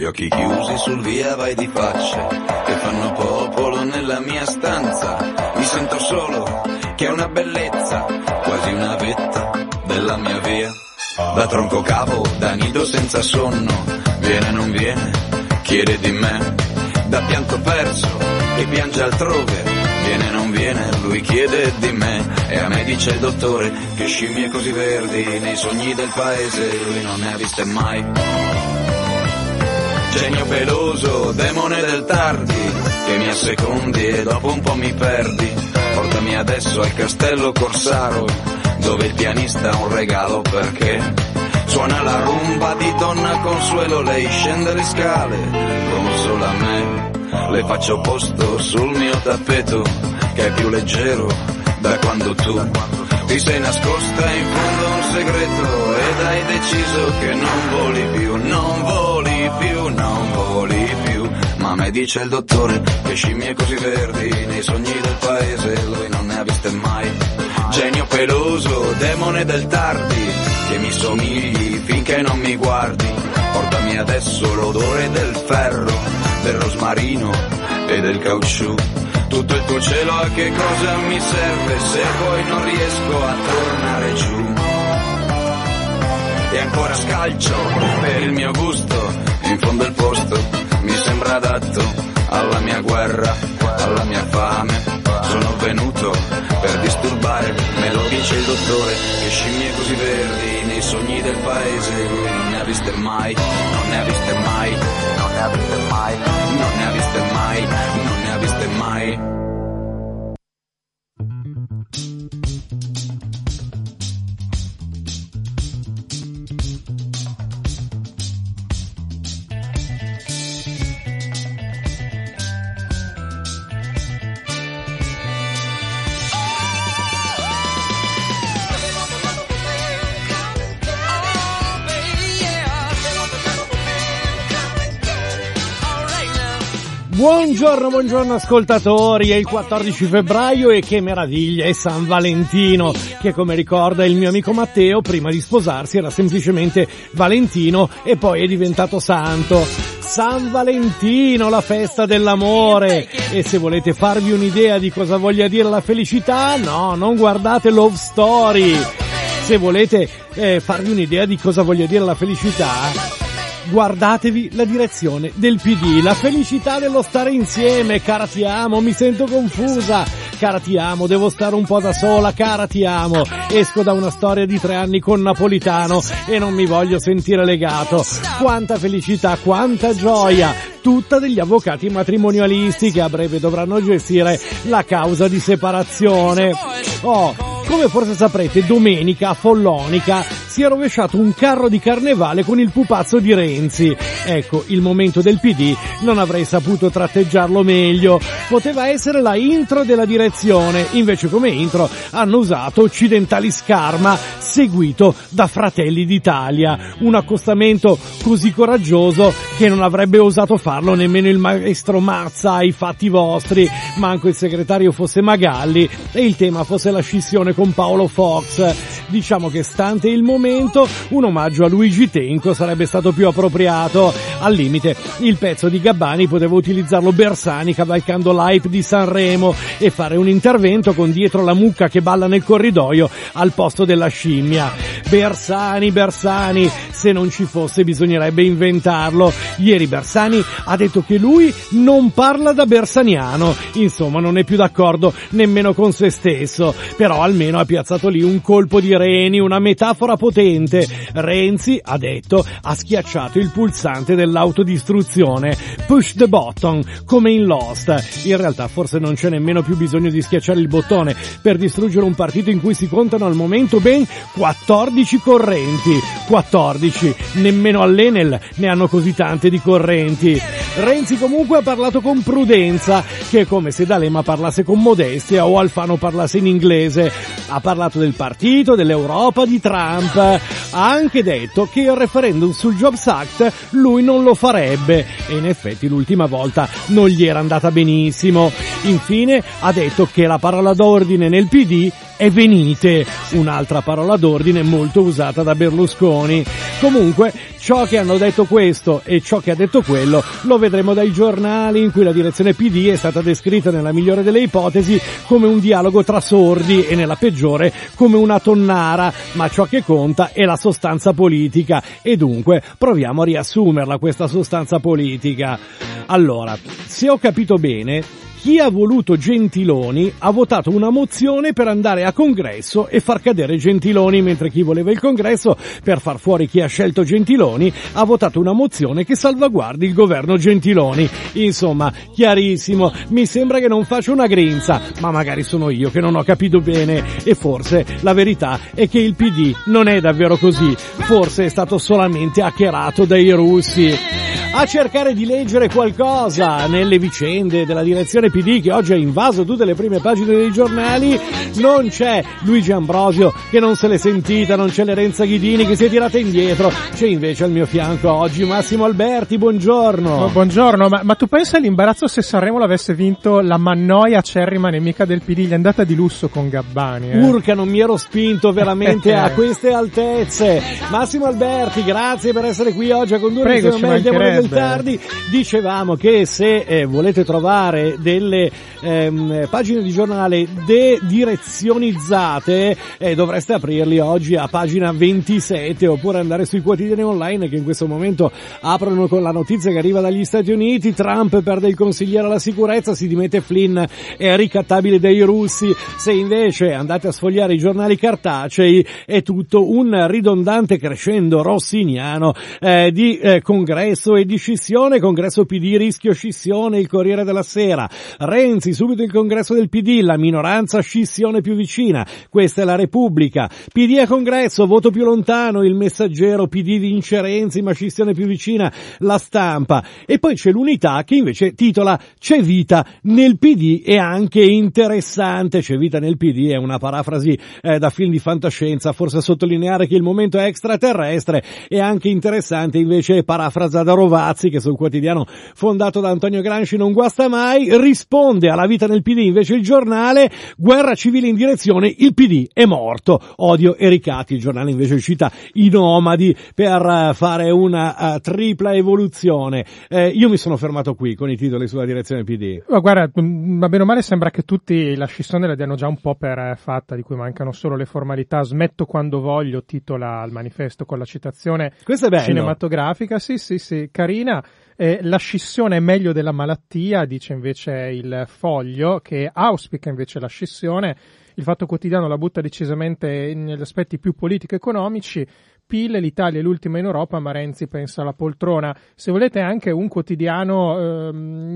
occhi chiusi sul via vai di facce che fanno popolo nella mia stanza. Mi sento solo, che è una bellezza, quasi una vetta della mia via. Da tronco cavo, da nido senza sonno, viene non viene, chiede di me. Da pianto perso, che piange altrove, viene non viene, lui chiede di me. E a me dice il dottore che scimmie così verdi nei sogni del paese lui non ne ha viste mai. Genio peloso, demone del tardi, che mi assecondi e dopo un po' mi perdi. Portami adesso al castello Corsaro, dove il pianista ha un regalo perché suona la rumba di Donna Consuelo. Lei scende le scale, consola me, le faccio posto sul mio tappeto che è più leggero da quando tu ti sei nascosta in fondo a un segreto ed hai deciso che non voli più, non voli più, non voli più. Ma me dice il dottore che scimmie così verdi nei sogni del paese lui non ne ha viste mai. Genio peloso, demone del tardi, che mi somigli finché non mi guardi. Portami adesso l'odore del ferro, del rosmarino e del caucciù. Tutto il tuo cielo a che cosa mi serve se poi non riesco a tornare giù. E ancora scalcio per il mio gusto, in fondo il posto mi sembra adatto alla mia guerra, alla mia fame. Sono venuto per disturbare, me lo dice il dottore, che scimmie così verdi nei sogni del paese lui non ne ha viste mai, non ne ha viste mai, non ne ha viste mai, non ne ha viste mai, non ne ha viste mai. Buongiorno ascoltatori, è il 14 febbraio e che meraviglia, è San Valentino, che come ricorda il mio amico Matteo, prima di sposarsi era semplicemente Valentino e poi è diventato santo. San Valentino, la festa dell'amore. E se volete farvi un'idea di cosa voglia dire la felicità, no, non guardate Love Story. Se volete farvi un'idea di cosa voglia dire la felicità, guardatevi la direzione del PD. La felicità dello stare insieme. Cara ti amo, mi sento confusa. Cara ti amo, devo stare un po' da sola. Cara ti amo, esco da una storia di 3 anni con Napolitano e non mi voglio sentire legato. Quanta felicità, quanta gioia, tutta degli avvocati matrimonialisti che a breve dovranno gestire la causa di separazione. Come forse saprete, domenica a Follonica si è rovesciato un carro di carnevale con il pupazzo di Renzi. Ecco, il momento del PD non avrei saputo tratteggiarlo meglio. Poteva essere la intro della direzione, invece come intro hanno usato Occidentali Scarma, seguito da Fratelli d'Italia. Un accostamento così coraggioso che non avrebbe osato farlo nemmeno il maestro Mazza ai fatti vostri, manco il segretario fosse Magalli e il tema fosse la scissione con Paolo Fox. Diciamo che, stante il momento, un omaggio a Luigi Tenco sarebbe stato più appropriato. Al limite, il pezzo di Gabbani poteva utilizzarlo Bersani cavalcando l'hype di Sanremo e fare un intervento con dietro la mucca che balla nel corridoio al posto della scimmia. Bersani, se non ci fosse bisognerebbe inventarlo. Ieri Bersani ha detto che lui non parla da bersaniano, insomma non è più d'accordo nemmeno con se stesso, però almeno ha piazzato lì un colpo di reni, una metafora potente. Renzi, ha detto, ha schiacciato il pulsante dell'autodistruzione, push the button, come in Lost. In realtà forse non c'è nemmeno più bisogno di schiacciare il bottone per distruggere un partito in cui si contano al momento ben 14 correnti. 14, nemmeno all'Enel ne hanno così tante di correnti. Renzi comunque ha parlato con prudenza che è come se D'Alema parlasse con modestia o Alfano parlasse in inglese. Ha parlato del partito, dell'Europa, di Trump. Ha anche detto che il referendum sul Jobs Act lui non lo farebbe, e in effetti l'ultima volta non gli era andata benissimo. Infine ha detto che la parola d'ordine nel PD è venite, un'altra parola d'ordine molto usata da Berlusconi. Comunque, ciò che hanno detto questo e ciò che ha detto quello lo vedremo dai giornali, in cui la direzione PD è stata descritta nella migliore delle ipotesi come un dialogo tra sordi e nella peggiore come una tonnara, ma ciò che conta è la sostanza politica e dunque proviamo a riassumerla questa sostanza politica. Allora, se ho capito bene, chi ha voluto Gentiloni ha votato una mozione per andare a congresso e far cadere Gentiloni, mentre chi voleva il congresso per far fuori chi ha scelto Gentiloni ha votato una mozione che salvaguardi il governo Gentiloni. Insomma, chiarissimo, mi sembra che non faccia una grinza, ma magari sono io che non ho capito bene, e forse la verità è che il PD non è davvero così, forse è stato solamente hackerato dai russi. A cercare di leggere qualcosa nelle vicende della direzione PD, che oggi ha invaso tutte le prime pagine dei giornali, non c'è Luigi Ambrosio che non se l'è sentita, non c'è Lorenza Ghidini che si è tirata indietro, c'è invece al mio fianco oggi Massimo Alberti. Buongiorno. Buongiorno, ma tu pensa all'imbarazzo se Sanremo l'avesse vinto la Mannoia acerrima nemica del PD, gli è andata di lusso con Gabbani. Urca, non mi ero spinto veramente a queste altezze. Massimo Alberti, grazie per essere qui oggi a condurre insieme a me il Demone del Tardi. Dicevamo che se volete trovare delle pagine di giornale direzionalizzate dovreste aprirli oggi a pagina 27 oppure andare sui quotidiani online che in questo momento aprono con la notizia che arriva dagli Stati Uniti: Trump perde il consigliere alla sicurezza, si dimette Flynn, è ricattabile dai russi. Se invece andate a sfogliare i giornali cartacei è tutto un ridondante crescendo rossiniano di congresso e di scissione. Congresso PD, rischio scissione, il Corriere della Sera. Renzi, subito il congresso del PD, la minoranza scissione più vicina. Questa è la Repubblica. PD a congresso, voto più lontano, il Messaggero, PD vince Renzi ma scissione più vicina, La Stampa. E poi c'è l'Unità che invece titola C'è vita nel PD, è anche interessante. C'è vita nel PD è una parafrasi da film di fantascienza, forse a sottolineare che il momento è extraterrestre. È anche interessante invece parafrasa da Rovazzi, che sul quotidiano fondato da Antonio Gramsci non guasta mai, risponde alla vita nel PD invece il giornale: guerra civile in direzione, il PD è morto, odio e ricatti. Il giornale invece cita i nomadi per fare una tripla evoluzione. Io mi sono fermato qui con i titoli sulla direzione PD. Ma guarda, ma bene o male sembra che tutti la scissione la diano già un po' per fatta, di cui mancano solo le formalità. Smetto quando voglio, titola il manifesto con la citazione cinematografica. Sì, carina. La scissione è meglio della malattia, dice invece il Foglio, che auspica invece la scissione. Il Fatto Quotidiano la butta decisamente negli aspetti più politico-economici. PIL, l'Italia è l'ultima in Europa, ma Renzi pensa alla poltrona. Se volete anche un quotidiano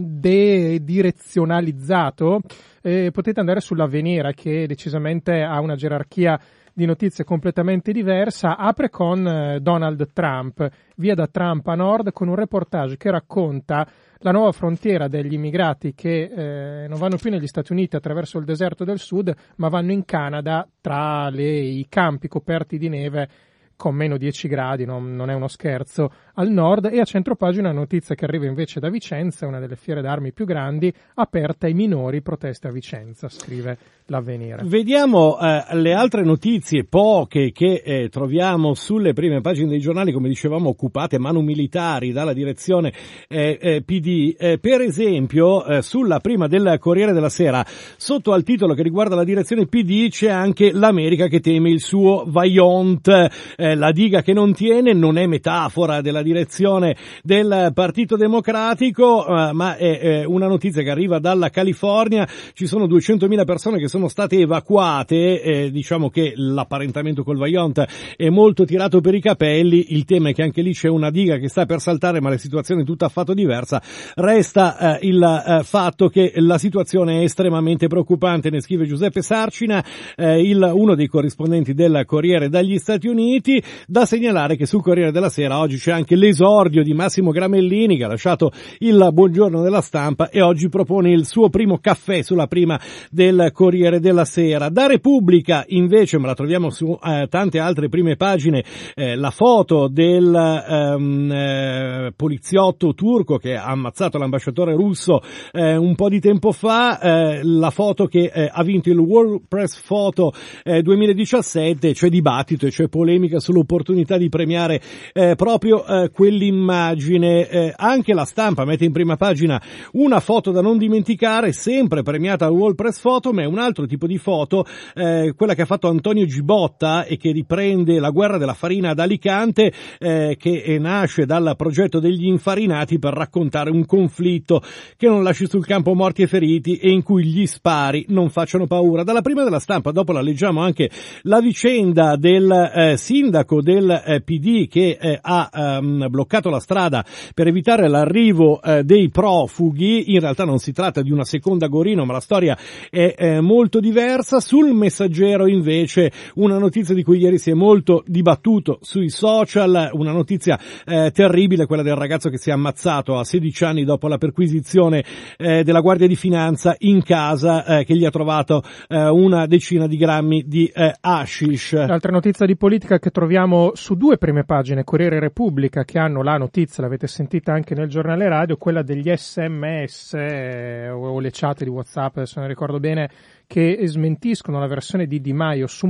direzionalizzato, potete andare sull'Avvenire, che decisamente ha una gerarchia di notizie completamente diversa. Apre con Donald Trump, via da Trump a nord, con un reportage che racconta la nuova frontiera degli immigrati che non vanno più negli Stati Uniti attraverso il deserto del sud, ma vanno in Canada tra i campi coperti di neve con meno 10 gradi, non è uno scherzo, al nord. E a centropagina una notizia che arriva invece da Vicenza, una delle fiere d'armi più grandi, aperta ai minori, proteste a Vicenza, scrive l'Avvenire. Vediamo le altre notizie, poche, che troviamo sulle prime pagine dei giornali, come dicevamo, occupate manu militari dalla direzione PD. Per esempio, sulla prima del Corriere della Sera, sotto al titolo che riguarda la direzione PD, c'è anche l'America che teme il suo Vaillant. La diga che non tiene non è metafora della direzione del Partito Democratico, ma è una notizia che arriva dalla California. Ci sono 200.000 persone che sono sono state evacuate, diciamo che l'apparentamento col Vajont è molto tirato per i capelli, il tema è che anche lì c'è una diga che sta per saltare, ma la situazione è tutta affatto diversa. Resta il fatto che la situazione è estremamente preoccupante, ne scrive Giuseppe Sarcina, uno dei corrispondenti del Corriere dagli Stati Uniti. Da segnalare che sul Corriere della Sera oggi c'è anche l'esordio di Massimo Gramellini, che ha lasciato il Buongiorno della Stampa e oggi propone il suo primo caffè sulla prima del Corriere della Sera. Da Repubblica invece, ma la troviamo su tante altre prime pagine, la foto del poliziotto turco che ha ammazzato l'ambasciatore russo un po' di tempo fa, la foto che ha vinto il World Press Photo 2017, c'è dibattito e c'è polemica sull'opportunità di premiare proprio quell'immagine. Anche La Stampa mette in prima pagina una foto da non dimenticare, sempre premiata al World Press Photo, ma è un altro tipo di foto, quella che ha fatto Antonio Gibotta e che riprende la guerra della farina ad Alicante, che nasce dal progetto degli infarinati per raccontare un conflitto che non lasci sul campo morti e feriti e in cui gli spari non facciano paura. Dalla prima della Stampa dopo la leggiamo anche la vicenda del sindaco del PD che ha bloccato la strada per evitare l'arrivo dei profughi. In realtà non si tratta di una seconda Gorino, ma la storia è molto diversa. Sul Messaggero invece una notizia di cui ieri si è molto dibattuto sui social, una notizia terribile, quella del ragazzo che si è ammazzato a 16 anni dopo la perquisizione della Guardia di Finanza in casa, che gli ha trovato una decina di grammi di hashish. L'altra notizia di politica che troviamo su due prime pagine, Corriere e Repubblica, che hanno la notizia, l'avete sentita anche nel giornale radio, quella degli SMS o le chat di WhatsApp, adesso non ricordo bene, che smentiscono la versione di Di Maio su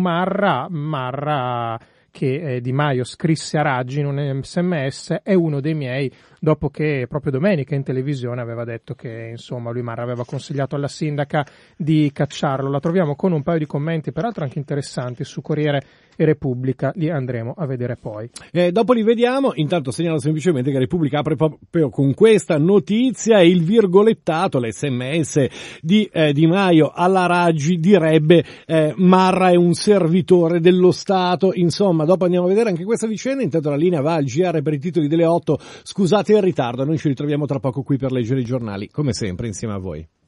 Marra che Di Maio scrisse a Raggi in un SMS, è uno dei miei, dopo che proprio domenica in televisione aveva detto che insomma lui Marra aveva consigliato alla sindaca di cacciarlo. La troviamo con un paio di commenti peraltro anche interessanti su Corriere e Repubblica, li andremo a vedere poi. Dopo li vediamo, intanto segnalo semplicemente che Repubblica apre proprio con questa notizia, il virgolettato, l'SMS di Di Maio alla Raggi direbbe Marra è un servitore dello Stato. Insomma, dopo andiamo a vedere anche questa vicenda, intanto la linea va al GR per i titoli delle 8, scusate il ritardo, noi ci ritroviamo tra poco qui per leggere i giornali, come sempre insieme a voi.